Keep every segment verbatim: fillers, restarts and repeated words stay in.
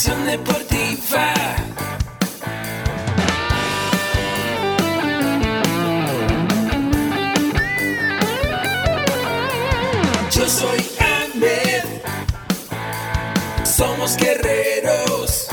Educación deportiva. Yo soy Ahmed. Somos guerreros.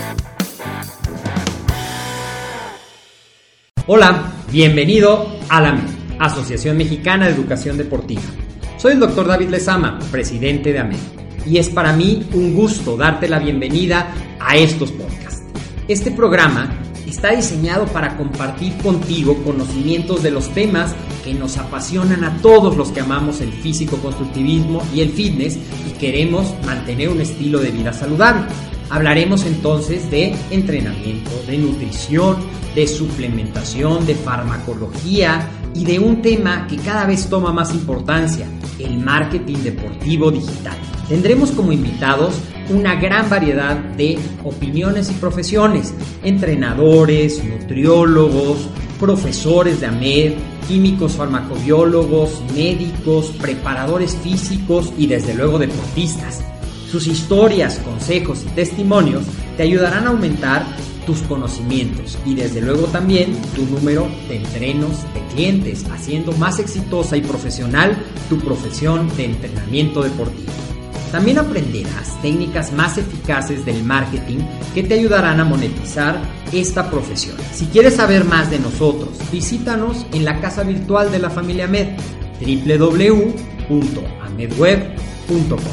Hola, bienvenido a la Asociación Mexicana de Educación Deportiva. Soy el doctor David Lezama, presidente de A M E D, y es para mí un gusto darte la bienvenida a estos podcasts. Este programa está diseñado para compartir contigo conocimientos de los temas que nos apasionan a todos los que amamos el físico-constructivismo y el fitness y queremos mantener un estilo de vida saludable. Hablaremos entonces de entrenamiento, de nutrición, de suplementación, de farmacología y de un tema que cada vez toma más importancia, el marketing deportivo digital. Tendremos como invitados una gran variedad de opiniones y profesiones, entrenadores, nutriólogos, profesores de A M E D, químicos farmacobiólogos, médicos, preparadores físicos y desde luego deportistas. Sus historias, consejos y testimonios te ayudarán a aumentar tus conocimientos y desde luego también tu número de entrenos de clientes, haciendo más exitosa y profesional tu profesión de entrenamiento deportivo. También aprenderás técnicas más eficaces del marketing que te ayudarán a monetizar esta profesión. Si quieres saber más de nosotros, visítanos en la casa virtual de la familia A M E D, doble u doble u doble u punto amedweb punto com.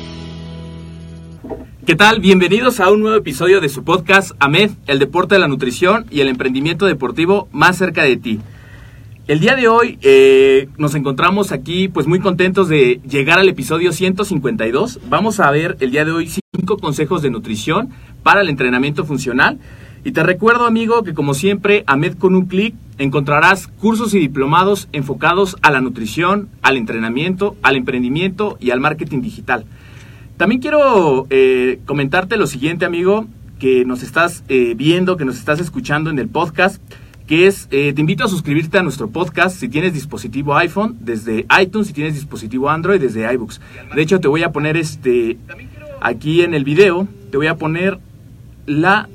¿Qué tal? Bienvenidos a un nuevo episodio de su podcast A M E D, el deporte de la nutrición y el emprendimiento deportivo más cerca de ti. El día de hoy eh, nos encontramos aquí pues muy contentos de llegar al episodio ciento cincuenta y dos. Vamos a ver el día de hoy cinco consejos de nutrición para el entrenamiento funcional. Y te recuerdo, amigo, que como siempre, A M E D con un clic encontrarás cursos y diplomados enfocados a la nutrición, al entrenamiento, al emprendimiento y al marketing digital. También quiero eh, comentarte lo siguiente, amigo, que nos estás eh, viendo, que nos estás escuchando en el podcast, que es, eh, te invito a suscribirte a nuestro podcast si tienes dispositivo iPhone, desde iTunes, si tienes dispositivo Android, desde iBooks. De hecho, te voy a poner este aquí en el video, te voy a poner la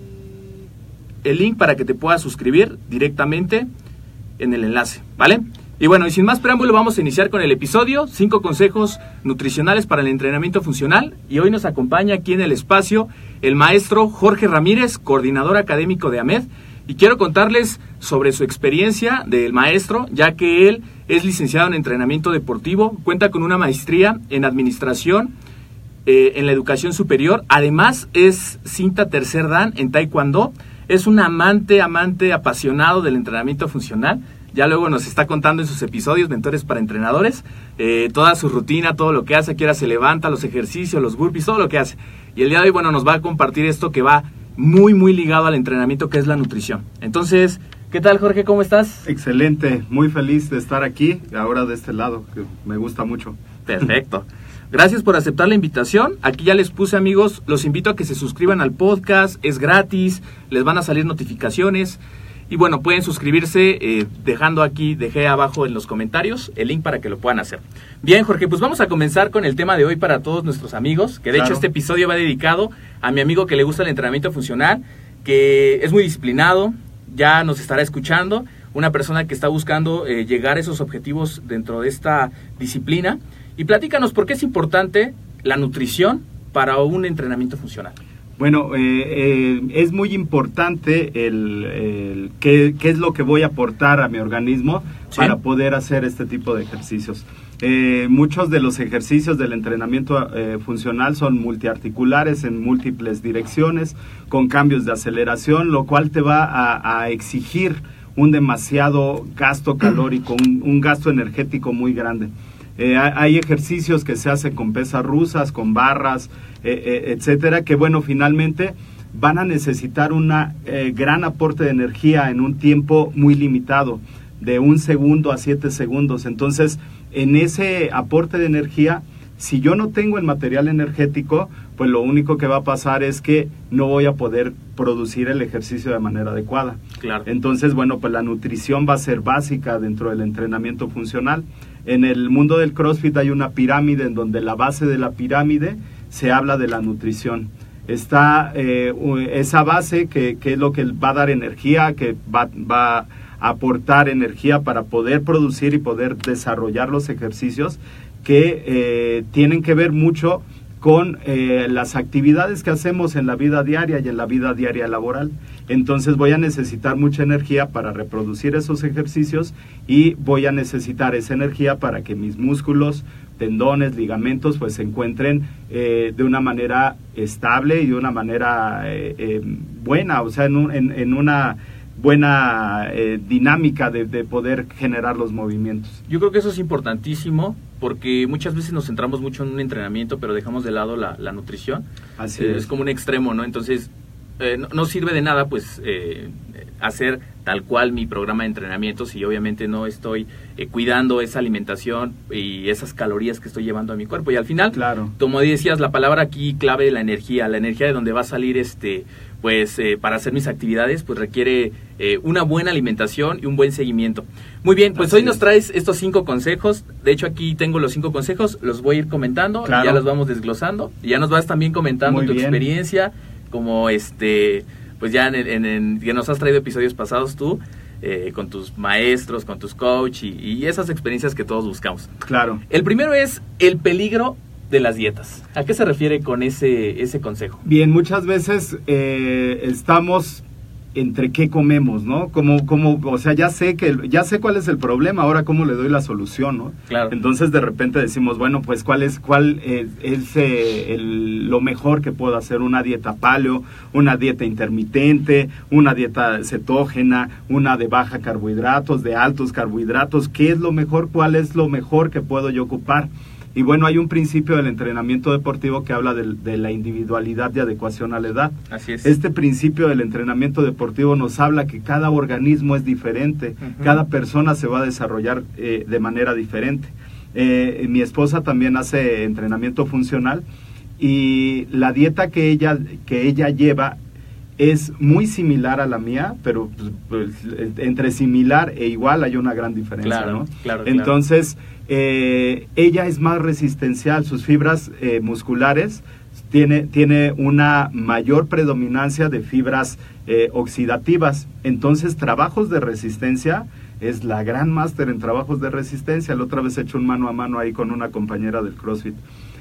el link para que te puedas suscribir directamente en el enlace, ¿vale? Y bueno, y sin más preámbulo, vamos a iniciar con el episodio, cinco consejos nutricionales para el entrenamiento funcional. Y hoy nos acompaña aquí en el espacio el maestro Jorge Ramírez, coordinador académico de A M E D. Y quiero contarles sobre su experiencia del maestro, ya que él es licenciado en entrenamiento deportivo, cuenta con una maestría en administración eh, en la educación superior. Además, es cinta tercer dan en taekwondo. Es un amante, amante apasionado del entrenamiento funcional. Ya luego nos está contando en sus episodios, Mentores para Entrenadores, eh, toda su rutina, todo lo que hace, a qué hora se levanta, los ejercicios, los burpees, todo lo que hace. Y el día de hoy, bueno, nos va a compartir esto que va muy, muy ligado al entrenamiento, que es la nutrición. Entonces, ¿qué tal, Jorge? ¿Cómo estás? Excelente, muy feliz de estar aquí, ahora de este lado, que me gusta mucho. Perfecto. Gracias por aceptar la invitación. Aquí ya les puse, amigos, los invito a que se suscriban al podcast, es gratis, les van a salir notificaciones. Y bueno, pueden suscribirse eh, dejando aquí, dejé abajo en los comentarios el link para que lo puedan hacer. Bien, Jorge, pues vamos a comenzar con el tema de hoy para todos nuestros amigos, que de claro. hecho este episodio va dedicado a mi amigo que le gusta el entrenamiento funcional, que es muy disciplinado, ya nos estará escuchando, una persona que está buscando eh, llegar a esos objetivos dentro de esta disciplina. Y platícanos por qué es importante la nutrición para un entrenamiento funcional. Bueno, eh, eh, es muy importante el, el qué, qué es lo que voy a aportar a mi organismo ¿Sí? para poder hacer este tipo de ejercicios. Eh, muchos de los ejercicios del entrenamiento eh, funcional son multiarticulares en múltiples direcciones, con cambios de aceleración, lo cual te va a, a exigir un demasiado gasto calórico, un, un gasto energético muy grande. Eh, hay ejercicios que se hacen con pesas rusas, con barras, eh, eh, etcétera, que bueno, finalmente van a necesitar un eh, gran aporte de energía en un tiempo muy limitado, de un segundo a siete segundos. Entonces, en ese aporte de energía, si yo no tengo el material energético, pues lo único que va a pasar es que no voy a poder producir el ejercicio de manera adecuada. Claro. Entonces, bueno, pues la nutrición va a ser básica dentro del entrenamiento funcional. En el mundo del CrossFit hay una pirámide en donde la base de la pirámide se habla de la nutrición. está eh, esa base que, que es lo que va a dar energía, que va, va a aportar energía para poder producir y poder desarrollar los ejercicios que eh, tienen que ver mucho con eh, las actividades que hacemos en la vida diaria y en la vida diaria laboral. Entonces voy a necesitar mucha energía para reproducir esos ejercicios y voy a necesitar esa energía para que mis músculos, tendones, ligamentos, pues se encuentren eh, de una manera estable y de una manera eh, eh, buena, o sea, en, un, en, en una buena eh, dinámica de, de poder generar los movimientos. Yo creo que eso es importantísimo, porque muchas veces nos centramos mucho en un entrenamiento, pero dejamos de lado la, la nutrición. Así eh, es. Es como un extremo, ¿no? Entonces, eh, no, no sirve de nada, pues, eh, hacer tal cual mi programa de entrenamiento si obviamente no estoy eh, cuidando esa alimentación y esas calorías que estoy llevando a mi cuerpo. Y al final, claro, como decías, la palabra aquí clave de la energía, la energía de donde va a salir este... pues eh, para hacer mis actividades, pues requiere eh, una buena alimentación y un buen seguimiento. Muy bien, pues Así hoy nos es. traes estos cinco consejos. De hecho, aquí tengo los cinco consejos, los voy a ir comentando, Claro. y ya los vamos desglosando. Y ya nos vas también comentando Muy tu bien. experiencia, como este, pues ya en, en, en que nos has traído episodios pasados tú, eh, con tus maestros, con tus coach y, y esas experiencias que todos buscamos. claro. El primero es el peligro de las dietas. ¿A qué se refiere con ese, ese consejo? Bien, muchas veces eh, estamos entre qué comemos, ¿no? Como, como, o sea, ya sé que, ya sé cuál es el problema, ahora cómo le doy la solución, ¿no? Claro. Entonces de repente decimos, bueno, pues cuál es, cuál es, es eh, el, lo mejor que puedo hacer, una dieta paleo, una dieta intermitente, una dieta cetógena, una de baja carbohidratos, de altos carbohidratos, ¿qué es lo mejor? ¿Cuál es lo mejor que puedo yo ocupar? Y bueno, hay un principio del entrenamiento deportivo que habla de, de la individualidad y adecuación a la edad. Así es. Este principio del entrenamiento deportivo nos habla que cada organismo es diferente, Uh-huh. cada persona se va a desarrollar eh, de manera diferente. Eh, mi esposa también hace entrenamiento funcional y la dieta que ella, que ella lleva es muy similar a la mía, pero pues, entre similar e igual hay una gran diferencia, Claro, ¿no? claro, Entonces, eh, ella es más resistencial, sus fibras eh, musculares tiene, tiene una mayor predominancia de fibras eh, oxidativas. Entonces, trabajos de resistencia, es la gran máster en trabajos de resistencia. La otra vez he hecho un mano a mano ahí con una compañera del CrossFit.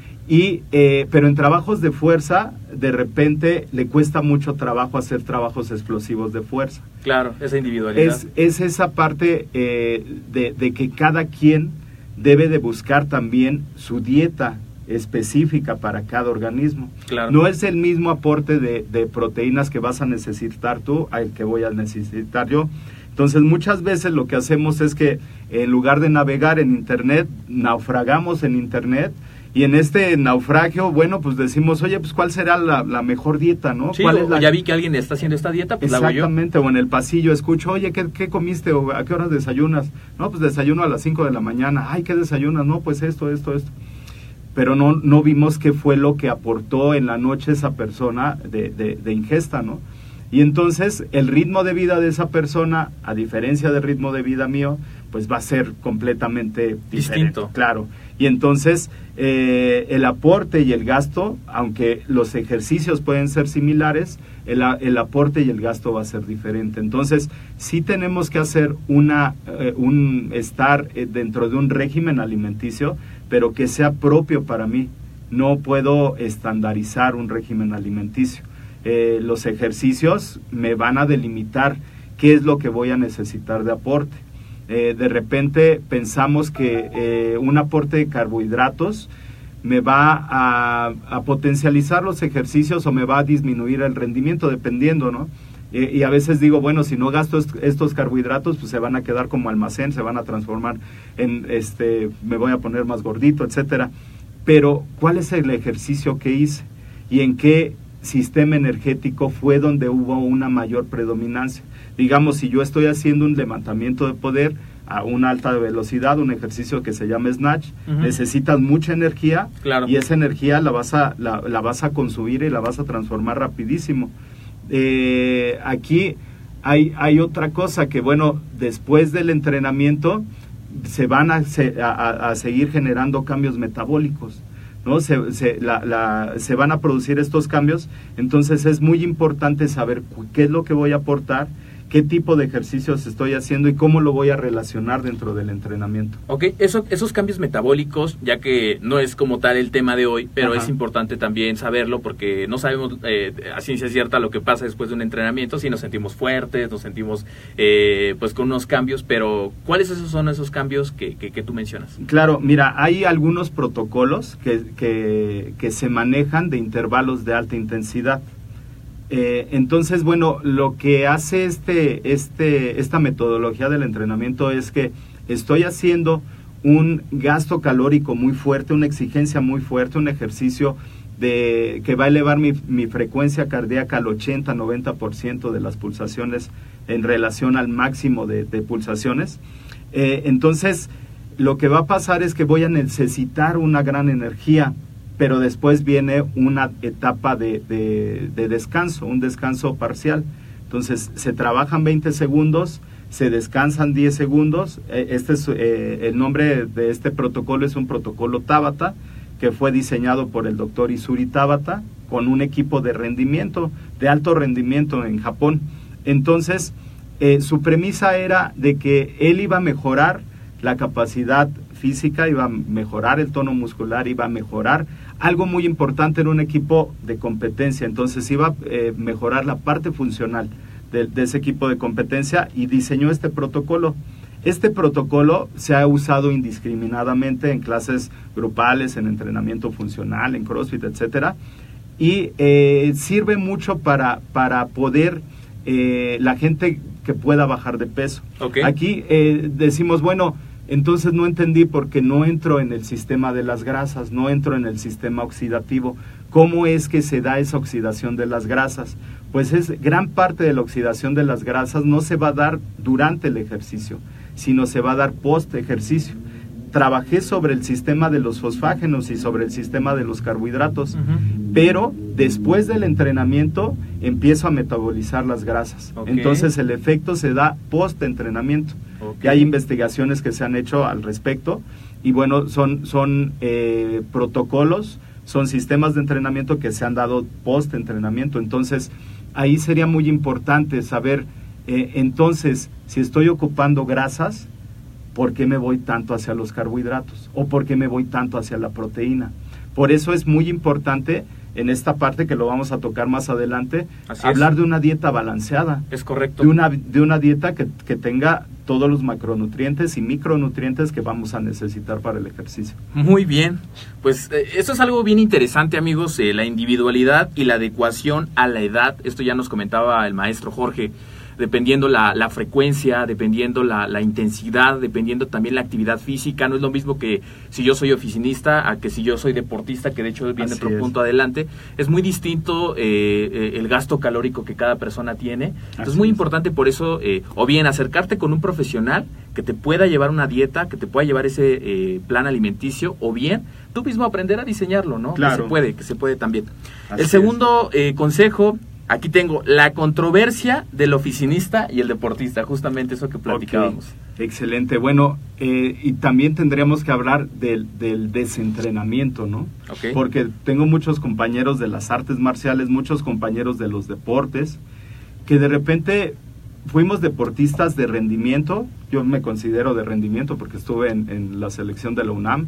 Y, eh, pero en trabajos de fuerza, de repente le cuesta mucho trabajo hacer trabajos explosivos de fuerza. Claro, esa individualidad. Es, es esa parte eh, de, de que cada quien debe de buscar también su dieta específica para cada organismo. Claro. No es el mismo aporte de, de proteínas que vas a necesitar tú al que voy a necesitar yo. Entonces muchas veces lo que hacemos es que en lugar de navegar en internet, naufragamos en internet. Y en este naufragio, bueno, pues decimos, oye, pues ¿cuál será la, la mejor dieta, no? Sí, ¿Cuál o es la... ya vi que alguien está haciendo esta dieta, pues la hago yo. Exactamente, o en el pasillo escucho, oye, ¿qué, qué comiste? ¿O a qué horas desayunas? No, pues desayuno a las cinco de la mañana. Ay, ¿qué desayunas? No, pues esto, esto, esto. Pero no, no vimos qué fue lo que aportó en la noche esa persona de, de, de ingesta, ¿no? Y entonces el ritmo de vida de esa persona, a diferencia del ritmo de vida mío, pues va a ser completamente diferente, distinto. Claro. Y entonces eh, el aporte y el gasto, aunque los ejercicios pueden ser similares, el, el aporte y el gasto va a ser diferente. Entonces sí tenemos que hacer una, eh, un estar dentro de un régimen alimenticio, pero que sea propio para mí. No puedo estandarizar un régimen alimenticio. Eh, los ejercicios me van a delimitar qué es lo que voy a necesitar de aporte. Eh, de repente pensamos que eh, un aporte de carbohidratos me va a, a potencializar los ejercicios o me va a disminuir el rendimiento, dependiendo, ¿no? Eh, y a veces digo, bueno, si no gasto est- estos carbohidratos, pues se van a quedar como almacén, se van a transformar en, este, me voy a poner más gordito, etcétera. Pero, ¿cuál es el ejercicio que hice? ¿Y en qué sistema energético fue donde hubo una mayor predominancia? Digamos, si yo estoy haciendo un levantamiento de poder a una alta velocidad, un ejercicio que se llama snatch, Uh-huh. necesitas mucha energía, Claro. y esa energía la vas a, la, la vas a consumir y la vas a transformar rapidísimo. Eh, aquí hay, hay otra cosa que, bueno, después del entrenamiento se van a, se- a, a seguir generando cambios metabólicos. ¿no? Se, se, la, la, se van a producir estos cambios, entonces es muy importante saber qué es lo que voy a aportar, qué tipo de ejercicios estoy haciendo y cómo lo voy a relacionar dentro del entrenamiento. Ok, eso, esos cambios metabólicos, ya que no es como tal el tema de hoy, pero Ajá. es importante también saberlo porque no sabemos eh, a ciencia cierta lo que pasa después de un entrenamiento, si nos sentimos fuertes, nos sentimos eh, pues con unos cambios, pero ¿cuáles esos son esos cambios que, que, que tú mencionas? Claro, mira, hay algunos protocolos que, que, que se manejan de intervalos de alta intensidad. Eh, entonces, bueno, lo que hace este, este, esta metodología del entrenamiento es que estoy haciendo un gasto calórico muy fuerte, una exigencia muy fuerte, un ejercicio de, que va a elevar mi, mi frecuencia cardíaca al ochenta a noventa por ciento de las pulsaciones en relación al máximo de, de pulsaciones. Eh, entonces, lo que va a pasar es que voy a necesitar una gran energía, pero después viene una etapa de, de, de descanso, un descanso parcial. Entonces, se trabajan veinte segundos, se descansan diez segundos. Este es, eh, el nombre de este protocolo es un protocolo Tabata, que fue diseñado por el doctor Isuri Tabata, con un equipo de rendimiento, de alto rendimiento en Japón. Entonces, eh, su premisa era de que él iba a mejorar la capacidad física, iba a mejorar el tono muscular, iba a mejorar algo muy importante en un equipo de competencia. Entonces iba a eh, mejorar la parte funcional de, de ese equipo de competencia y diseñó este protocolo. Este protocolo se ha usado indiscriminadamente en clases grupales, en entrenamiento funcional, en CrossFit, etcétera, y eh, sirve mucho para, para poder eh, la gente que pueda bajar de peso. Okay. Aquí eh, decimos, bueno, entonces no entendí porque no entro en el sistema de las grasas, no entro en el sistema oxidativo. ¿Cómo es que se da esa oxidación de las grasas? Pues es gran parte de la oxidación de las grasas no se va a dar durante el ejercicio, sino se va a dar post ejercicio. Trabajé sobre el sistema de los fosfágenos y sobre el sistema de los carbohidratos, uh-huh. pero después del entrenamiento empiezo a metabolizar las grasas. Okay. Entonces el efecto se da post entrenamiento. Okay. Y hay investigaciones que se han hecho al respecto y bueno, son, son eh, protocolos, son sistemas de entrenamiento que se han dado post entrenamiento. Entonces ahí sería muy importante saber eh, entonces si estoy ocupando grasas, ¿por qué me voy tanto hacia los carbohidratos? ¿O por qué me voy tanto hacia la proteína? Por eso es muy importante, en esta parte que lo vamos a tocar más adelante, Así hablar es. de una dieta balanceada. Es correcto. De una, de una dieta que, que tenga todos los macronutrientes y micronutrientes que vamos a necesitar para el ejercicio. Muy bien. Pues eh, eso es algo bien interesante, amigos, eh, la individualidad y la adecuación a la edad. Esto ya nos comentaba el maestro Jorge. Dependiendo la, la frecuencia, dependiendo la, la intensidad, dependiendo también la actividad física. No es lo mismo que si yo soy oficinista a que si yo soy deportista, que de hecho viene otro punto adelante. Es muy distinto eh, eh, el gasto calórico que cada persona tiene. Entonces es muy importante por eso, eh, o bien acercarte con un profesional que te pueda llevar una dieta, que te pueda llevar ese eh, plan alimenticio, o bien tú mismo aprender a diseñarlo, ¿no? Claro. Que se puede, que se puede también. Así el segundo eh, consejo... Aquí tengo la controversia del oficinista y el deportista, justamente eso que platicábamos. Okay. Excelente. Bueno, eh, y también tendríamos que hablar del, del desentrenamiento, ¿no? Okay. Porque tengo muchos compañeros de las artes marciales, muchos compañeros de los deportes, que de repente fuimos deportistas de rendimiento. Yo me considero de rendimiento porque estuve en, en la selección de la UNAM,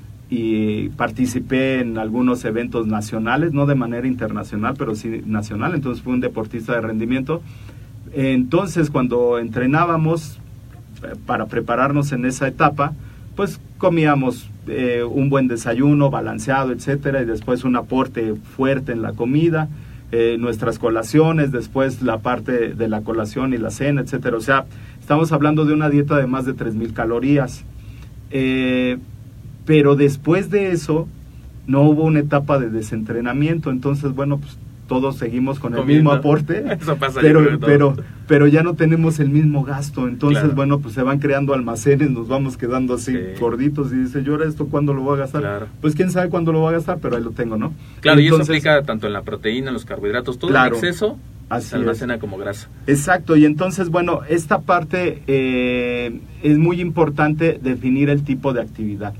y participé en algunos eventos nacionales, no de manera internacional, pero sí nacional, entonces fui un deportista de rendimiento. Entonces, cuando entrenábamos para prepararnos en esa etapa, pues comíamos eh, un buen desayuno, balanceado, etcétera, y después un aporte fuerte en la comida, eh, nuestras colaciones, después la parte de la colación y la cena, etcétera. O sea, estamos hablando de una dieta de más de tres mil calorías. Eh, Pero después de eso, no hubo una etapa de desentrenamiento. Entonces, bueno, pues todos seguimos con el Comiendo. mismo aporte. Eso pasa, pero, yo creo que pero, pero ya no tenemos el mismo gasto. Entonces, claro. bueno, pues se van creando almacenes, nos vamos quedando así Sí. gorditos. Y dice, ¿yo ahora esto cuándo lo voy a gastar? Claro. Pues quién sabe cuándo lo voy a gastar, pero ahí lo tengo, ¿no? Claro, Entonces, y eso aplica tanto en la proteína, en los carbohidratos, todo Claro. el exceso Así se almacena como grasa. Exacto, y entonces, bueno, esta parte eh, es muy importante definir el tipo de actividad.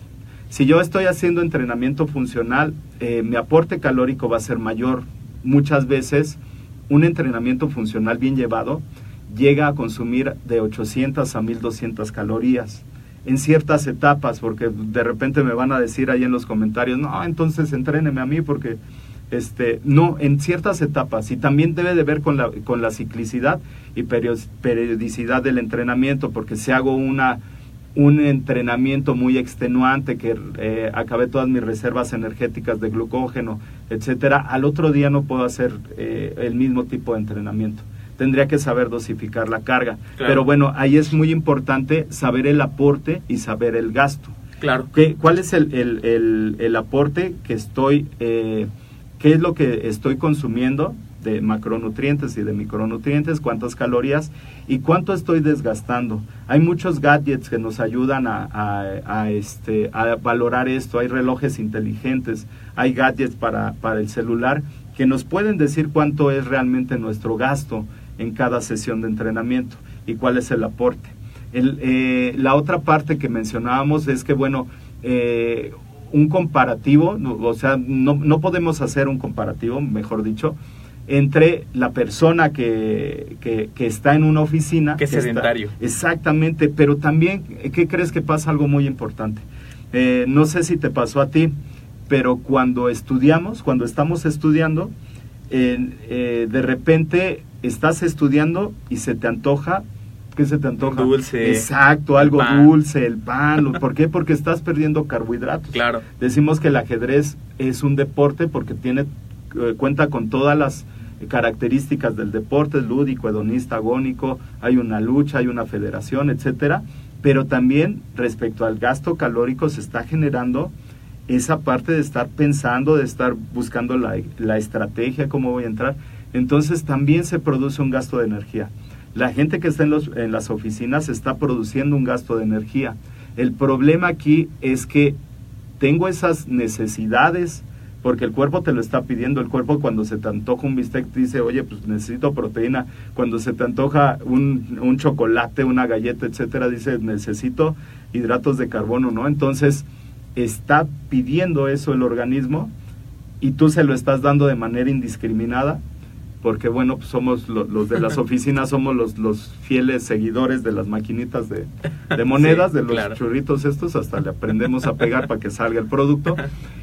Si yo estoy haciendo entrenamiento funcional, eh, mi aporte calórico va a ser mayor. Muchas veces un entrenamiento funcional bien llevado llega a consumir de ochocientas a mil doscientas calorías en ciertas etapas, porque de repente me van a decir ahí en los comentarios, no, entonces entréneme a mí porque... Este, no, en ciertas etapas, y también debe de ver con la, con la ciclicidad y periodicidad del entrenamiento, porque si hago una, un entrenamiento muy extenuante, que eh, acabé todas mis reservas energéticas de glucógeno, etcétera, al otro día no puedo hacer eh, el mismo tipo de entrenamiento. Tendría que saber dosificar la carga. Claro. Pero bueno, ahí es muy importante saber el aporte y saber el gasto. Claro. ¿Qué, ¿Cuál es el, el, el, el aporte que estoy... Eh, ¿Qué es lo que estoy consumiendo de macronutrientes y de micronutrientes? ¿Cuántas calorías? ¿Y cuánto estoy desgastando? Hay muchos gadgets que nos ayudan a, a, a, este, a valorar esto. Hay relojes inteligentes, hay gadgets para, para el celular que nos pueden decir cuánto es realmente nuestro gasto en cada sesión de entrenamiento y cuál es el aporte. El, eh, la otra parte que mencionábamos es que, bueno, eh, un comparativo, no, o sea, no, no podemos hacer un comparativo, mejor dicho, entre la persona que, que, que está en una oficina. Que es sedentario. Está, exactamente, pero también, ¿qué crees que pasa? Algo muy importante. Eh, no sé si te pasó a ti, pero cuando estudiamos, cuando estamos estudiando, eh, eh, de repente estás estudiando y se te antoja. ¿Qué se te antoja? Dulce. Exacto, algo dulce, el pan. ¿Por qué? Porque estás perdiendo carbohidratos. Claro. Decimos que el ajedrez es un deporte porque tiene eh, cuenta con todas las características del deporte, lúdico, hedonista, agónico, hay una lucha, hay una federación, etcétera. Pero también respecto al gasto calórico se está generando esa parte de estar pensando, de estar buscando la, la estrategia, cómo voy a entrar. Entonces también se produce un gasto de energía. La gente que está en, los, en las oficinas está produciendo un gasto de energía. El problema aquí es que tengo esas necesidades, porque el cuerpo te lo está pidiendo. El cuerpo, cuando se te antoja un bistec, dice, oye, pues necesito proteína. Cuando se te antoja un, un chocolate, una galleta, etcétera, dice, necesito hidratos de carbono, ¿no? Entonces, está pidiendo eso el organismo y tú se lo estás dando de manera indiscriminada. Porque bueno, pues somos lo, los de las oficinas, somos los, los fieles seguidores de las maquinitas de, de monedas, sí, de los claro. churritos estos, hasta le aprendemos a pegar para que salga el producto.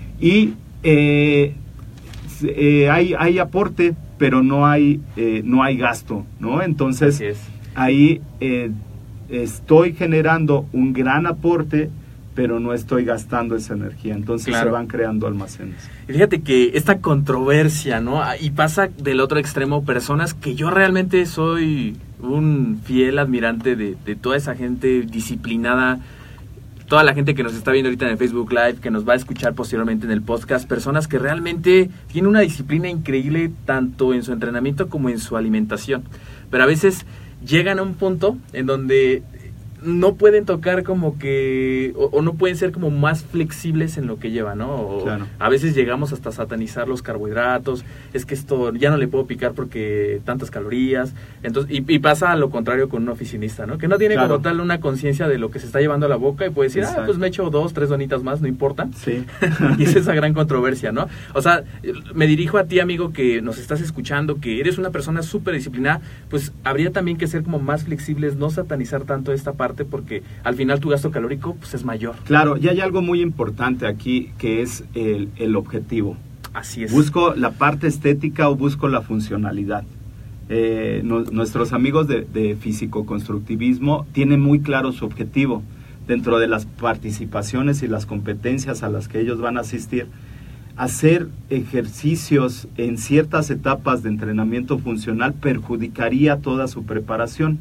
Y eh, eh, hay, hay aporte, pero no hay, eh, no hay gasto, ¿no? Entonces, ahí eh, estoy generando un gran aporte, pero no estoy gastando esa energía, entonces claro. se van creando almacenes. Y fíjate que esta controversia, ¿no? Y pasa del otro extremo, personas que yo realmente soy un fiel admirante de, de toda esa gente disciplinada, toda la gente que nos está viendo ahorita en el Facebook Live, que nos va a escuchar posteriormente en el podcast, personas que realmente tienen una disciplina increíble tanto en su entrenamiento como en su alimentación, pero a veces llegan a un punto en donde no pueden tocar como que, o, o no pueden ser como más flexibles en lo que llevan, ¿no? O claro. A veces llegamos hasta satanizar los carbohidratos, es que esto ya no le puedo picar porque tantas calorías, entonces y, y pasa a lo contrario con un oficinista, ¿no? Que no tiene claro. como tal una conciencia de lo que se está llevando a la boca y puede decir, exacto. ah, pues me echo dos, tres donitas más, no importa. Sí. Y es esa gran controversia, ¿no? O sea, me dirijo a ti, amigo, que nos estás escuchando, que eres una persona súper disciplinada, pues habría también que ser como más flexibles, no satanizar tanto esta parte, porque al final tu gasto calórico pues es mayor. Claro, y hay algo muy importante aquí que es el, el objetivo. Así es. ¿Busco la parte estética o busco la funcionalidad? Eh, no, nuestros amigos de, de físico-constructivismo tienen muy claro su objetivo. Dentro de las participaciones y las competencias a las que ellos van a asistir, hacer ejercicios en ciertas etapas de entrenamiento funcional perjudicaría toda su preparación.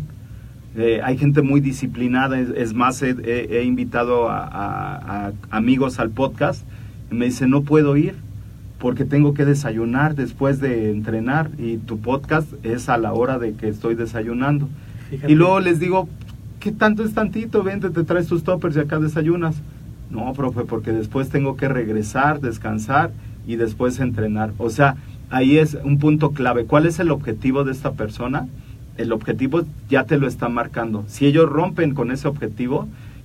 Eh, hay gente muy disciplinada, es, es más, he, he, he invitado a, a, a amigos al podcast y me dicen, no puedo ir porque tengo que desayunar después de entrenar y tu podcast es a la hora de que estoy desayunando. Fíjate. Y luego les digo, ¿qué tanto es tantito? Vente, te traes tus toppers y acá desayunas. No, profe, porque después tengo que regresar, descansar y después entrenar. O sea, ahí es un punto clave. ¿Cuál es el objetivo de esta persona? El objetivo ya te lo está marcando. Si ellos rompen con ese objetivo,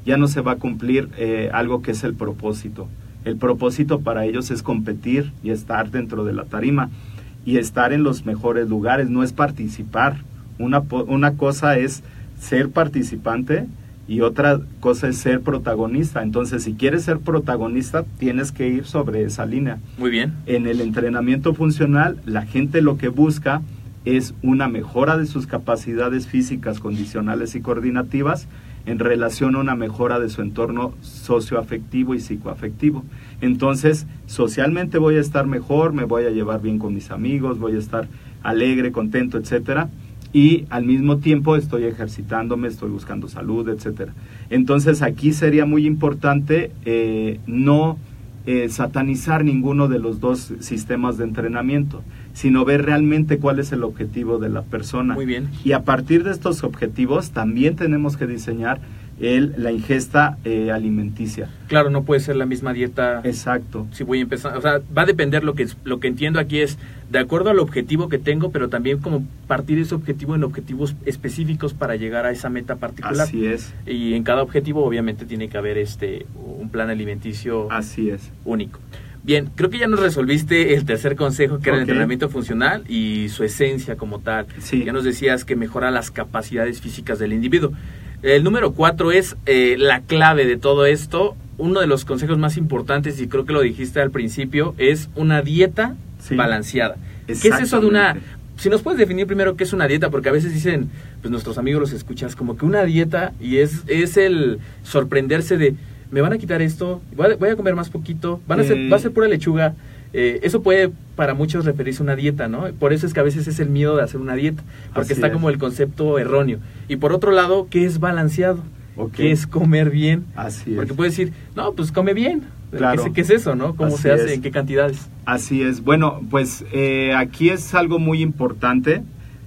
ya no se va a cumplir eh, algo que es el propósito. El propósito para ellos es competir y estar dentro de la tarima y estar en los mejores lugares, no es participar. Una, una cosa es ser participante y otra cosa es ser protagonista. Entonces, si quieres ser protagonista, tienes que ir sobre esa línea. Muy bien. En el entrenamiento funcional, la gente lo que busca es una mejora de sus capacidades físicas, condicionales y coordinativas en relación a una mejora de su entorno socioafectivo y psicoafectivo. Entonces, socialmente voy a estar mejor, me voy a llevar bien con mis amigos, voy a estar alegre, contento, etcétera, y al mismo tiempo estoy ejercitándome, estoy buscando salud, etcétera. Entonces, aquí sería muy importante eh, no eh, satanizar ninguno de los dos sistemas de entrenamiento, sino ver realmente cuál es el objetivo de la persona. Muy bien. Y a partir de estos objetivos también tenemos que diseñar el, la ingesta eh, alimenticia. Claro, no puede ser la misma dieta. Exacto. Si voy a empezar, o sea, va a depender, lo que lo que entiendo aquí es de acuerdo al objetivo que tengo, pero también como partir ese objetivo en objetivos específicos para llegar a esa meta particular. Así es. Y en cada objetivo obviamente tiene que haber este un plan alimenticio Así es. único. Bien, creo que ya nos resolviste el tercer consejo, que era Ok. el entrenamiento funcional y su esencia como tal. Sí. Ya nos decías que mejora las capacidades físicas del individuo. El número cuatro es eh, la clave de todo esto. Uno de los consejos más importantes, y creo que lo dijiste al principio, es una dieta Sí. balanceada. ¿Qué es eso de una...? Exactamente. Si nos puedes definir primero qué es una dieta, porque a veces dicen, pues nuestros amigos los escuchas, como que una dieta, y es, es el sorprenderse de, me van a quitar esto, voy a, voy a comer más poquito, van a ser, Eh. va a ser pura lechuga. Eh, eso puede para muchos referirse a una dieta, ¿no? Por eso es que a veces es el miedo de hacer una dieta, porque Así está es. como el concepto erróneo. Y por otro lado, ¿qué es balanceado? Ok. ¿Qué es comer bien? Así es. Porque puedes decir, no, pues come bien. Claro. ¿Qué, es- qué es eso, no? ¿Cómo Así se hace? es. ¿En qué cantidades? Así es. Bueno, pues eh, aquí es algo muy importante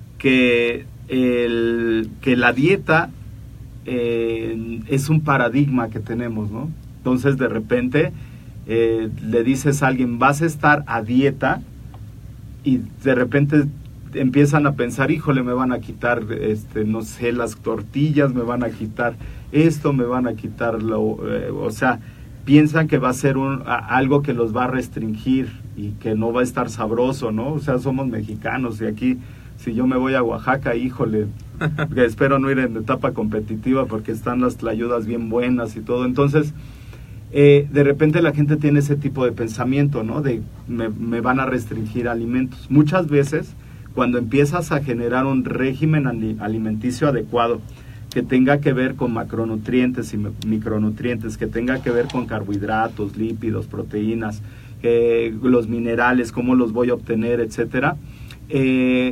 que, el, que la dieta eh, es un paradigma que tenemos, ¿no? Entonces, de repente, eh, le dices a alguien, vas a estar a dieta, y de repente empiezan a pensar, híjole, me van a quitar, este, no sé, las tortillas, me van a quitar esto, me van a quitar, lo, eh, o sea, piensan que va a ser un, a, algo que los va a restringir y que no va a estar sabroso, ¿no? O sea, somos mexicanos y aquí, si yo me voy a Oaxaca, híjole, que espero no ir en etapa competitiva porque están las tlayudas bien buenas y todo. Entonces, eh, de repente la gente tiene ese tipo de pensamiento, ¿no? De me, me van a restringir alimentos. Muchas veces, cuando empiezas a generar un régimen ali- alimenticio adecuado, que tenga que ver con macronutrientes y mi- micronutrientes, que tenga que ver con carbohidratos, lípidos, proteínas, eh, los minerales, cómo los voy a obtener, etcétera, eh,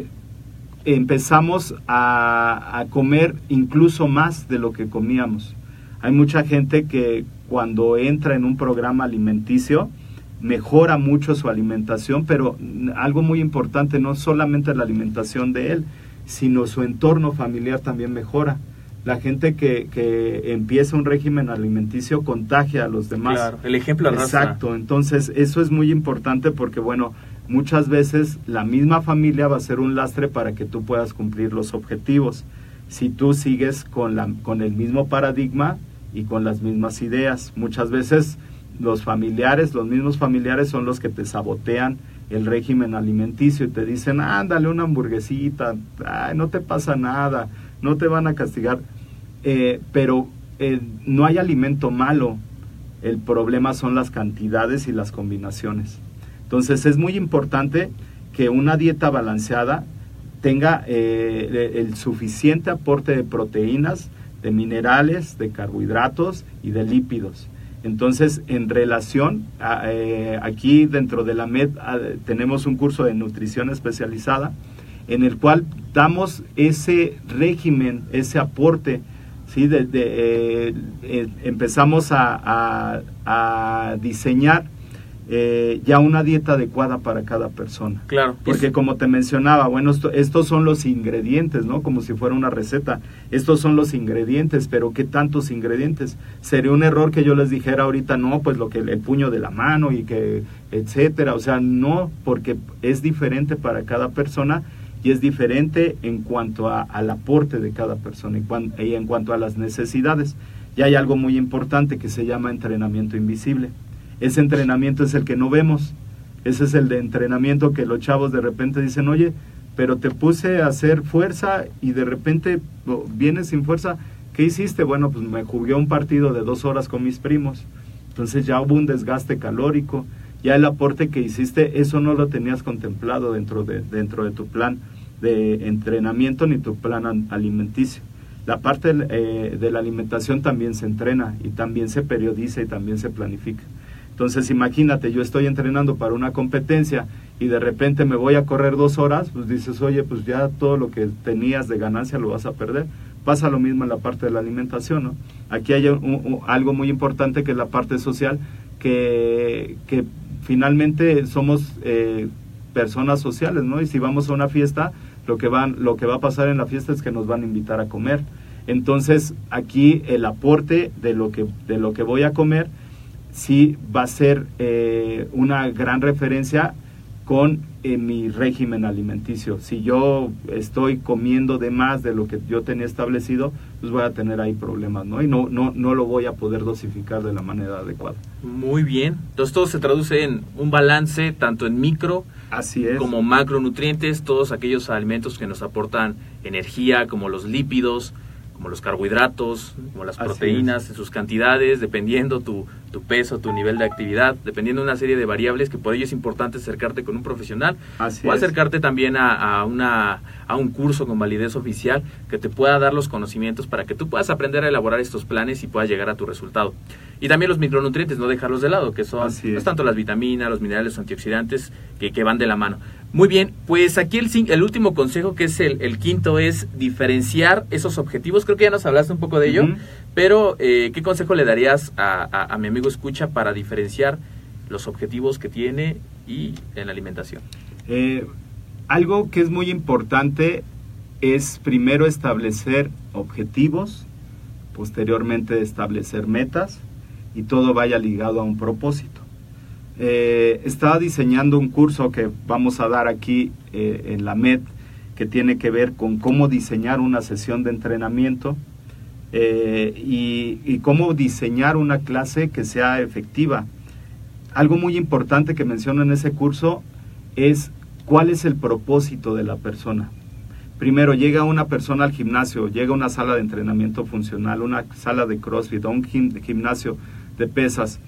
empezamos a, a comer incluso más de lo que comíamos. Hay mucha gente que cuando entra en un programa alimenticio mejora mucho su alimentación, pero algo muy importante, no solamente la alimentación de él, sino su entorno familiar también mejora. La gente que, que empieza un régimen alimenticio contagia a los demás. Claro, el ejemplo arrastra. Exacto, entonces eso es muy importante porque, bueno, muchas veces la misma familia va a ser un lastre para que tú puedas cumplir los objetivos. Si tú sigues con, la, con el mismo paradigma y con las mismas ideas, muchas veces los familiares, los mismos familiares son los que te sabotean el régimen alimenticio y te dicen, ándale una hamburguesita, ay, no te pasa nada, no te van a castigar, eh, pero eh, no hay alimento malo, el problema son las cantidades y las combinaciones. Entonces es muy importante que una dieta balanceada tenga eh, el suficiente aporte de proteínas, de minerales, de carbohidratos y de lípidos. Entonces, en relación, a, eh, aquí dentro de la M E D a, tenemos un curso de nutrición especializada en el cual damos ese régimen, ese aporte, ¿sí? de, de, eh, eh, empezamos a, a, a diseñar eh, ya una dieta adecuada para cada persona. Claro. Porque es- como te mencionaba, bueno, esto, estos son los ingredientes, ¿no? Como si fuera una receta. Estos son los ingredientes, pero ¿qué tantos ingredientes? Sería un error que yo les dijera ahorita, no, pues lo que el puño de la mano y que, etcétera. O sea, no, porque es diferente para cada persona y es diferente en cuanto a, al aporte de cada persona y, cuan, y en cuanto a las necesidades. Y hay algo muy importante que se llama entrenamiento invisible. Ese entrenamiento es el que no vemos. Ese es el de entrenamiento que los chavos de repente dicen, oye, pero te puse a hacer fuerza y de repente oh, vienes sin fuerza. ¿Qué hiciste? Bueno, pues me jugué un partido de dos horas con mis primos. Entonces ya hubo un desgaste calórico. Ya el aporte que hiciste, eso no lo tenías contemplado dentro de, dentro de tu plan de entrenamiento ni tu plan alimenticio. La parte eh, de la alimentación también se entrena y también se periodiza y también se planifica. Entonces imagínate, yo estoy entrenando para una competencia y de repente me voy a correr dos horas, pues dices, oye, pues ya todo lo que tenías de ganancia lo vas a perder. Pasa lo mismo en la parte de la alimentación, ¿no? Aquí hay un, un, algo muy importante que es la parte social, que, que finalmente somos eh, personas sociales, ¿no? Y si vamos a una fiesta, lo que, van, lo que va a pasar en la fiesta es que nos van a invitar a comer. Entonces aquí el aporte de lo que, de lo que voy a comer sí va a ser eh, una gran referencia con eh, mi régimen alimenticio. Si yo estoy comiendo de más de lo que yo tenía establecido, pues voy a tener ahí problemas, ¿no? Y no, no, no lo voy a poder dosificar de la manera adecuada. Muy bien. Entonces todo se traduce en un balance tanto en micro Así es. como macronutrientes, todos aquellos alimentos que nos aportan energía, como los lípidos, como los carbohidratos, como las Así proteínas es. en sus cantidades, dependiendo tu, tu peso, tu nivel de actividad, dependiendo de una serie de variables, que por ello es importante acercarte con un profesional. Así o es. acercarte también a, a, una, a un curso con validez oficial que te pueda dar los conocimientos para que tú puedas aprender a elaborar estos planes y puedas llegar a tu resultado. Y también los micronutrientes, no dejarlos de lado, que son pues, tanto las vitaminas, los minerales, los antioxidantes, que, que van de la mano. Muy bien, pues aquí el, el último consejo, que es el, el quinto, es diferenciar esos objetivos. Creo que ya nos hablaste un poco de ello, uh-huh. pero eh, ¿qué consejo le darías a, a, a mi amigo escucha para diferenciar los objetivos que tiene y en la alimentación? Eh, algo que es muy importante es primero establecer objetivos, posteriormente establecer metas y todo vaya ligado a un propósito. Eh, estaba diseñando un curso que vamos a dar aquí eh, en la M E D, que tiene que ver con cómo diseñar una sesión de entrenamiento eh, y, y cómo diseñar una clase que sea efectiva. Algo muy importante que menciono en ese curso es cuál es el propósito de la persona. Primero, llega una persona al gimnasio, llega a una sala de entrenamiento funcional, una sala de CrossFit o un gimnasio de pesas,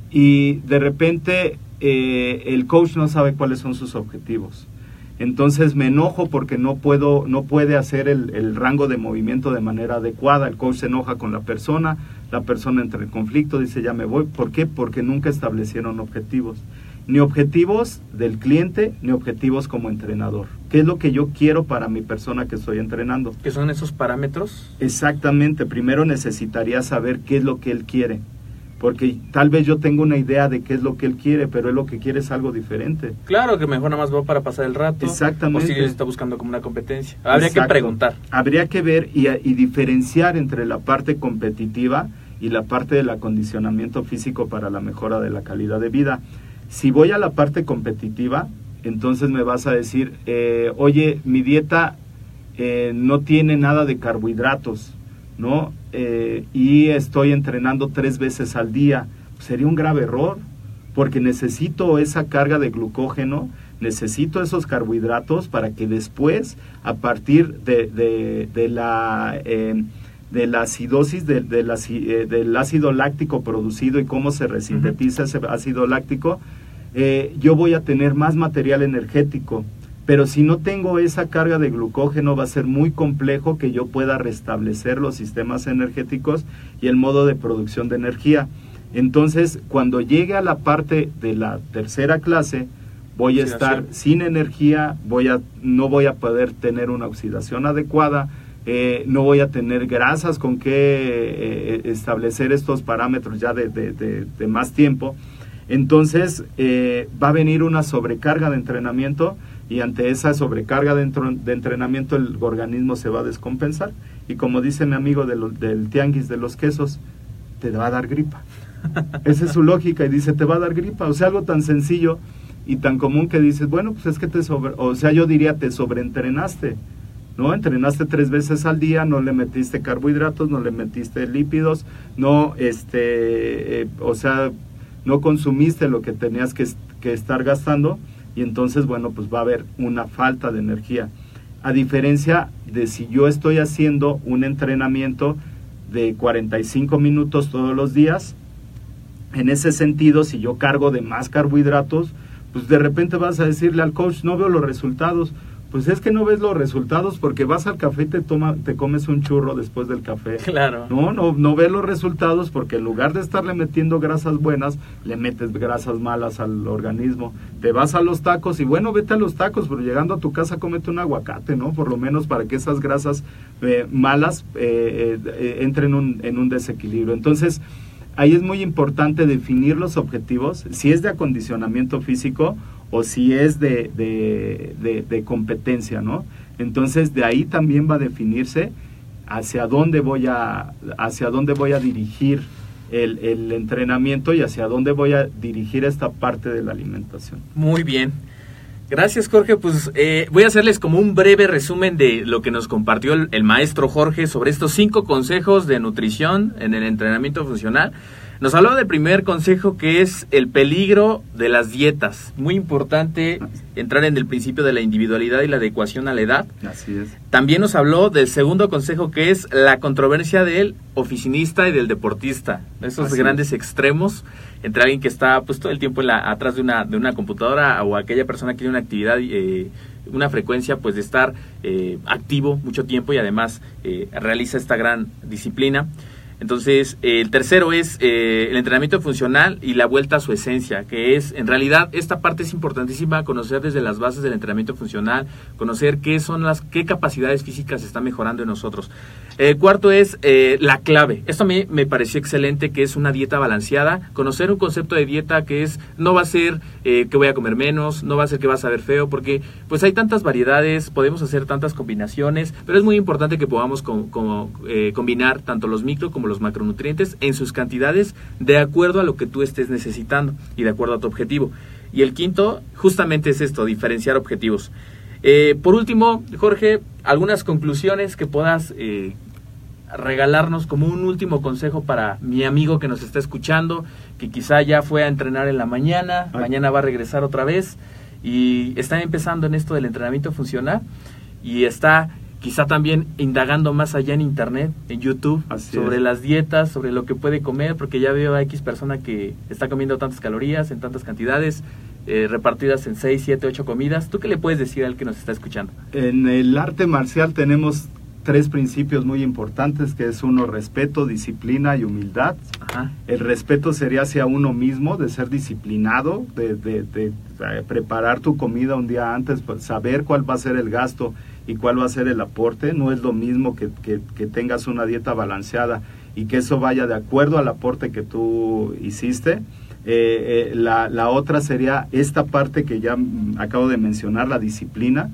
y de repente eh, el coach no sabe cuáles son sus objetivos. Entonces me enojo porque no puedo, no puede hacer el, el rango de movimiento de manera adecuada. El coach se enoja con la persona, la persona entra en conflicto, dice ya me voy. ¿Por qué? Porque nunca establecieron objetivos. Ni objetivos del cliente, ni objetivos como entrenador. ¿Qué es lo que yo quiero para mi persona que estoy entrenando? ¿Qué son esos parámetros? Exactamente, primero necesitaría saber qué es lo que él quiere. Porque tal vez yo tengo una idea de qué es lo que él quiere, pero él lo que quiere es algo diferente. Claro, que mejor nada más va para pasar el rato. Exactamente. O si él está buscando como una competencia. Habría Exacto. que preguntar. Habría que ver y, y diferenciar entre la parte competitiva y la parte del acondicionamiento físico para la mejora de la calidad de vida. Si voy a la parte competitiva, entonces me vas a decir, eh, oye, mi dieta eh, no tiene nada de carbohidratos, ¿no? Eh, y estoy entrenando tres veces al día. Sería un grave error, porque necesito esa carga de glucógeno, necesito esos carbohidratos para que después, a partir de, de, de la... Eh, de la acidosis de, de la, eh, del ácido láctico producido y cómo se resintetiza uh-huh. ese ácido láctico, eh, yo voy a tener más material energético. Pero si no tengo esa carga de glucógeno, va a ser muy complejo que yo pueda restablecer los sistemas energéticos y el modo de producción de energía. Entonces, cuando llegue a la parte de la tercera clase, voy a estar sin energía, voy a, no voy a poder tener una oxidación adecuada, eh, no voy a tener grasas con que eh, establecer estos parámetros ya de, de, de, de más tiempo. Entonces, eh, va a venir una sobrecarga de entrenamiento, y ante esa sobrecarga de, de entrenamiento el organismo se va a descompensar, y como dice mi amigo de lo, del tianguis de los quesos, te va a dar gripa. Esa es su lógica, y dice te va a dar gripa. O sea, algo tan sencillo y tan común que dices, bueno, pues es que te sobre, o sea, yo diría te sobreentrenaste, ¿no? Entrenaste tres veces al día, no le metiste carbohidratos, no le metiste lípidos, no, este, eh, o sea, no consumiste lo que tenías que, que estar gastando, y entonces, bueno, pues va a haber una falta de energía. A diferencia de si yo estoy haciendo un entrenamiento de cuarenta y cinco minutos todos los días, en ese sentido, si yo cargo de más carbohidratos, pues de repente vas a decirle al coach, no veo los resultados. Pues es que no ves los resultados porque vas al café y te, toma, te comes un churro después del café. Claro. No, no, no ves los resultados porque en lugar de estarle metiendo grasas buenas, le metes grasas malas al organismo. Te vas a los tacos y bueno, vete a los tacos, pero llegando a tu casa cómete un aguacate, ¿no? Por lo menos para que esas grasas eh, malas eh, eh, entren un, en un desequilibrio. Entonces, ahí es muy importante definir los objetivos, si es de acondicionamiento físico o si es de, de, de, de competencia, ¿no? Entonces, de ahí también va a definirse hacia dónde voy a, hacia dónde voy a dirigir el, el entrenamiento y hacia dónde voy a dirigir esta parte de la alimentación. Muy bien. Gracias, Jorge. Pues eh, voy a hacerles como un breve resumen de lo que nos compartió el, el maestro Jorge sobre estos cinco consejos de nutrición en el entrenamiento funcional. Nos habló del primer consejo, que es el peligro de las dietas. Muy importante entrar en el principio de la individualidad y la adecuación a la edad. Así es. También nos habló del segundo consejo, que es la controversia del oficinista y del deportista. Esos Así grandes es. extremos entre alguien que está pues todo el tiempo en la, atrás de una, de una computadora, o aquella persona que tiene una actividad, eh, una frecuencia pues de estar eh, activo mucho tiempo y además eh, realiza esta gran disciplina. Entonces, eh, el tercero es eh, el entrenamiento funcional y la vuelta a su esencia, que es, en realidad, esta parte es importantísima, conocer desde las bases del entrenamiento funcional, conocer qué son las, qué capacidades físicas se están mejorando en nosotros. El cuarto es eh, la clave. Esto a mí me pareció excelente, que es una dieta balanceada. Conocer un concepto de dieta que es, no va a ser eh, que voy a comer menos, no va a ser que vas a ver feo, porque pues hay tantas variedades, podemos hacer tantas combinaciones, pero es muy importante que podamos com, com, eh, combinar tanto los micro como los macronutrientes en sus cantidades de acuerdo a lo que tú estés necesitando y de acuerdo a tu objetivo. Y el quinto justamente es esto, diferenciar objetivos. Eh, por último, Jorge, algunas conclusiones que puedas eh, regalarnos como un último consejo para mi amigo que nos está escuchando, que quizá ya fue a entrenar en la mañana, Ay. mañana va a regresar otra vez y está empezando en esto del entrenamiento funcional y está quizá también indagando más allá en internet, en YouTube, Así sobre es. las dietas, sobre lo que puede comer, porque ya veo a X persona que está comiendo tantas calorías, en tantas cantidades, eh, repartidas en seis, siete, ocho comidas. ¿Tú qué le puedes decir al que nos está escuchando? En el arte marcial tenemos tres principios muy importantes, que es uno, respeto, disciplina y humildad. Ajá. El respeto sería hacia uno mismo, de ser disciplinado, de, de, de, de preparar tu comida un día antes, saber cuál va a ser el gasto y cuál va a ser el aporte. No es lo mismo que, que, que tengas una dieta balanceada y que eso vaya de acuerdo al aporte que tú hiciste. Eh, eh, la, la otra sería esta parte que ya acabo de mencionar, la disciplina,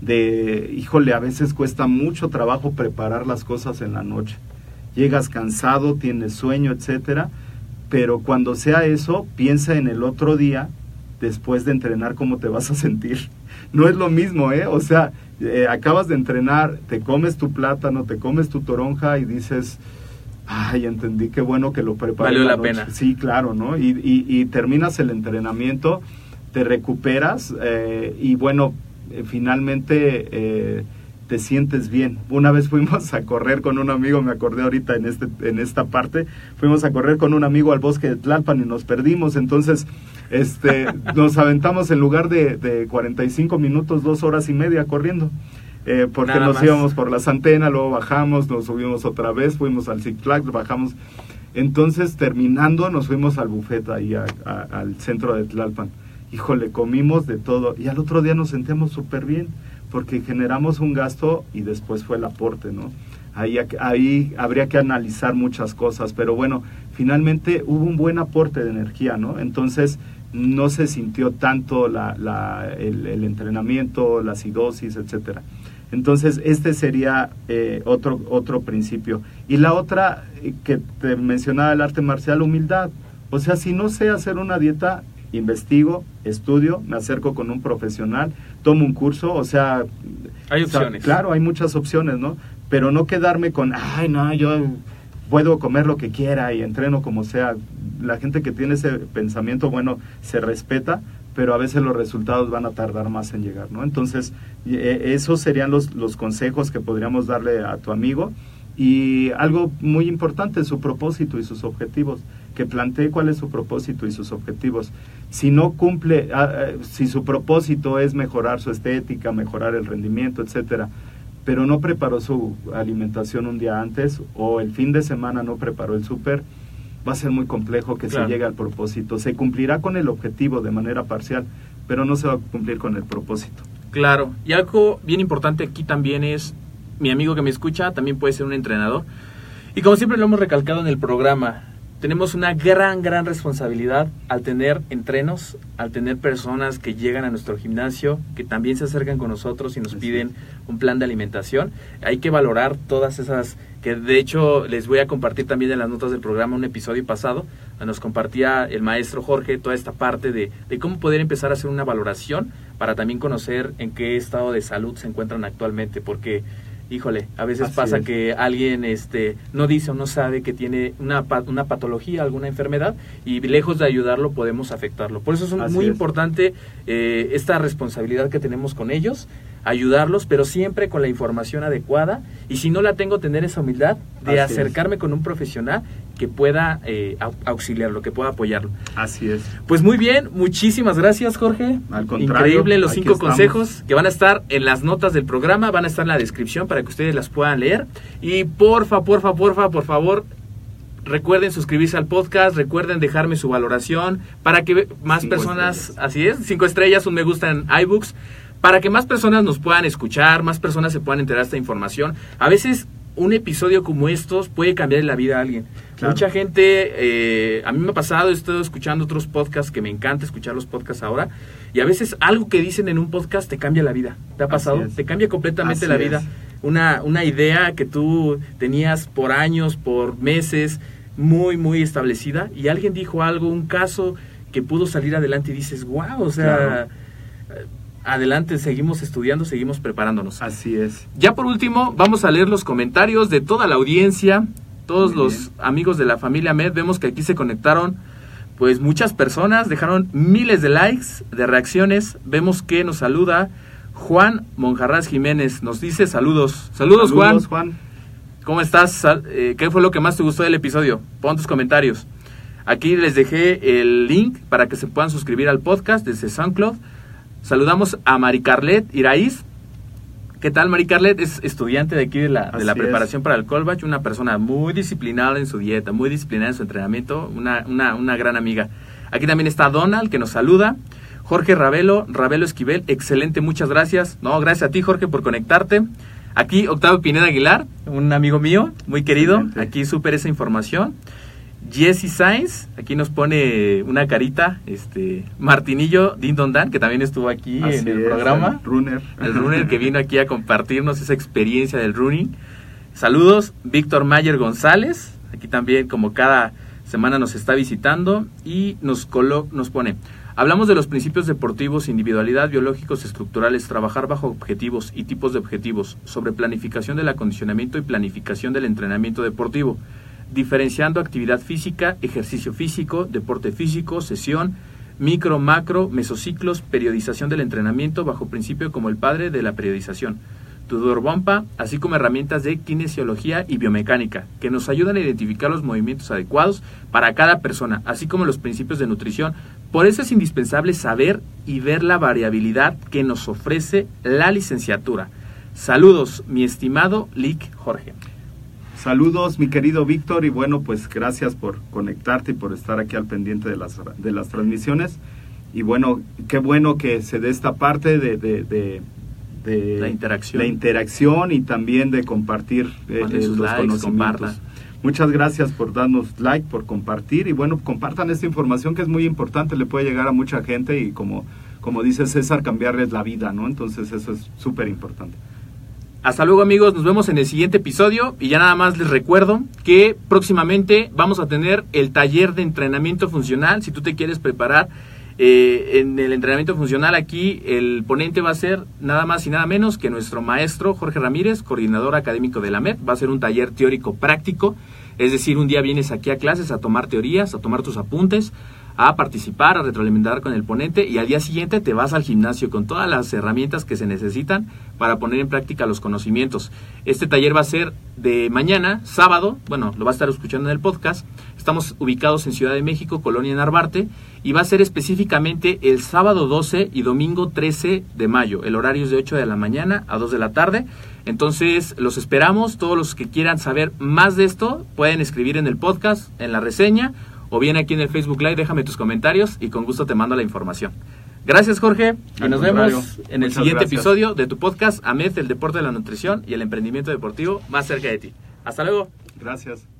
de, híjole, a veces cuesta mucho trabajo preparar las cosas en la noche. Llegas cansado, tienes sueño, etcétera, pero cuando sea eso, piensa en el otro día, después de entrenar, cómo te vas a sentir. No es lo mismo, ¿eh? O sea, eh, acabas de entrenar, te comes tu plátano, te comes tu toronja y dices, ay, entendí, qué bueno que lo preparé. Valió la, la pena. Sí, claro, ¿no? Y, y, y terminas el entrenamiento, te recuperas eh, y bueno, eh, finalmente eh, te sientes bien. Una vez fuimos a correr con un amigo, me acordé ahorita en, este, en esta parte, fuimos a correr con un amigo al bosque de Tlalpan y nos perdimos, entonces este, nos aventamos en lugar de, de cuarenta y cinco minutos, dos horas y media corriendo. Eh, porque Nada nos más. íbamos por la Santena, luego bajamos, nos subimos otra vez, fuimos al Six Flags, bajamos. Entonces, terminando, nos fuimos al buffet ahí a, a, al centro de Tlalpan. Híjole, comimos de todo y al otro día nos sentíamos súper bien porque generamos un gasto y después fue el aporte, ¿no? Ahí, ahí habría que analizar muchas cosas, pero bueno, finalmente hubo un buen aporte de energía, ¿no? Entonces, no se sintió tanto la, la, el, el entrenamiento, la acidosis, etcétera. Entonces, este sería eh, otro, otro principio. Y la otra, eh, que te mencionaba el arte marcial, humildad. O sea, si no sé hacer una dieta, investigo, estudio, me acerco con un profesional, tomo un curso, o sea... Hay o sea, opciones. claro, hay muchas opciones, ¿no? Pero no quedarme con, ay, no, yo puedo comer lo que quiera y entreno como sea. La gente que tiene ese pensamiento, bueno, se respeta, pero a veces los resultados van a tardar más en llegar, ¿no? Entonces, eh, esos serían los, los consejos que podríamos darle a tu amigo. Y algo muy importante, su propósito y sus objetivos, que plantee cuál es su propósito y sus objetivos. Si no cumple, uh, si su propósito es mejorar su estética, mejorar el rendimiento, etcétera, pero no preparó su alimentación un día antes, o el fin de semana no preparó el súper, va a ser muy complejo que Claro. se llegue al propósito. Se cumplirá con el objetivo de manera parcial, pero no se va a cumplir con el propósito. Claro, y algo bien importante aquí también es, mi amigo que me escucha también puede ser un entrenador, y como siempre lo hemos recalcado en el programa, tenemos una gran, gran responsabilidad al tener entrenos, al tener personas que llegan a nuestro gimnasio, que también se acercan con nosotros y nos Así piden es. un plan de alimentación. Hay que valorar todas esas, que de hecho les voy a compartir también en las notas del programa un episodio pasado, nos compartía el maestro Jorge toda esta parte de, de cómo poder empezar a hacer una valoración para también conocer en qué estado de salud se encuentran actualmente, porque... Híjole, a veces Así pasa es. que alguien este, no dice o no sabe que tiene una, pa- una patología, alguna enfermedad, y lejos de ayudarlo podemos afectarlo. Por eso es un- Así muy es. importante eh, esta responsabilidad que tenemos con ellos, ayudarlos, pero siempre con la información adecuada, y si no la tengo, tener esa humildad de Así es. acercarme con un profesional que pueda eh, au- auxiliarlo, que pueda apoyarlo. Así es. Pues muy bien, muchísimas gracias, Jorge. Al contrario, Increíble los aquí cinco estamos. consejos que van a estar en las notas del programa, van a estar en la descripción para que ustedes las puedan leer. Y porfa, porfa, porfa, por favor, recuerden suscribirse al podcast, recuerden dejarme su valoración para que más Cinco personas, estrellas. así es, cinco estrellas, un me gusta en iBooks, para que más personas nos puedan escuchar, más personas se puedan enterar de esta información. A veces un episodio como estos puede cambiar la vida a alguien. Claro. Mucha gente, eh, a mí me ha pasado, he estado escuchando otros podcasts que me encanta escuchar los podcasts ahora, y a veces algo que dicen en un podcast te cambia la vida. ¿Te ha pasado? Así es. Te cambia completamente Así la es. vida. Una, una idea que tú tenías por años, por meses, muy, muy establecida, y alguien dijo algo, un caso que pudo salir adelante y dices, wow, o sea, Claro. eh, adelante, seguimos estudiando, seguimos preparándonos. Así es. Ya por último, vamos a leer los comentarios de toda la audiencia, todos Muy los bien. amigos de la familia Med. Vemos que aquí se conectaron pues muchas personas, dejaron miles de likes, de reacciones. Vemos que nos saluda Juan Monjarraz Jiménez, nos dice saludos. Saludos, Juan. Juan. ¿Cómo estás? Sal- eh, ¿Qué fue lo que más te gustó del episodio? Pon tus comentarios. Aquí les dejé el link para que se puedan suscribir al podcast desde SoundCloud. Saludamos a Mari Carlet Iraíz. ¿Qué tal, Mari Carlet? Es estudiante de aquí de la, de la Así preparación para el Colbach, una persona muy disciplinada en su dieta, muy disciplinada en su entrenamiento, una, una, una gran amiga. Aquí también está Donald, que nos saluda. Jorge Ravelo, Ravelo Esquivel, excelente, muchas gracias. No, gracias a ti, Jorge, por conectarte. Aquí Octavio Pineda Aguilar, un amigo mío, muy querido. Excelente. Aquí súper esa información. Jesse Sainz, aquí nos pone una carita, este Martinillo Din Don Dan, que también estuvo aquí Así en el es, programa. el runner. El runner que vino aquí a compartirnos esa experiencia del running. Saludos, Víctor Mayer González, aquí también como cada semana nos está visitando y nos, colo nos pone, hablamos de los principios deportivos, individualidad, biológicos, estructurales, trabajar bajo objetivos y tipos de objetivos, sobre planificación del acondicionamiento y planificación del entrenamiento deportivo, diferenciando actividad física, ejercicio físico, deporte físico, sesión, micro, macro, mesociclos, periodización del entrenamiento bajo principio como el padre de la periodización, Tudor Bompa, así como herramientas de kinesiología y biomecánica, que nos ayudan a identificar los movimientos adecuados para cada persona, así como los principios de nutrición. Por eso es indispensable saber y ver la variabilidad que nos ofrece la licenciatura. Saludos, mi estimado Lic Jorge. Saludos, mi querido Víctor, y bueno, pues gracias por conectarte y por estar aquí al pendiente de las, de las transmisiones. Y bueno, qué bueno que se dé esta parte de, de, de, de La interacción. la interacción y también de compartir eh, Manden eh, sus los likes, conocimientos. compartan. Muchas gracias por darnos like, por compartir, y bueno, compartan esta información que es muy importante, le puede llegar a mucha gente y como, como dice César, cambiarles la vida, ¿no? Entonces eso es súper importante. Hasta luego, amigos, nos vemos en el siguiente episodio y ya nada más les recuerdo que próximamente vamos a tener el taller de entrenamiento funcional. Si tú te quieres preparar Eh, en el entrenamiento funcional aquí el ponente va a ser nada más y nada menos que nuestro maestro Jorge Ramírez, coordinador académico de la M E D. Va a ser un taller teórico práctico, es decir, un día vienes aquí a clases a tomar teorías, a tomar tus apuntes, a participar, a retroalimentar con el ponente, y al día siguiente te vas al gimnasio con todas las herramientas que se necesitan para poner en práctica los conocimientos. Este taller va a ser de mañana, sábado, bueno, lo va a estar escuchando en el podcast. Estamos ubicados en Ciudad de México, Colonia Narvarte, y va a ser específicamente el sábado doce y domingo trece de mayo. El horario es de ocho de la mañana a dos de la tarde. Entonces, los esperamos. Todos los que quieran saber más de esto pueden escribir en el podcast, en la reseña, o bien aquí en el Facebook Live. Déjame tus comentarios y con gusto te mando la información. Gracias, Jorge, y Al nos contrario. vemos en el Muchas siguiente gracias. episodio de tu podcast, A M E D, el deporte de la nutrición y el emprendimiento deportivo más cerca de ti. Hasta luego. Gracias.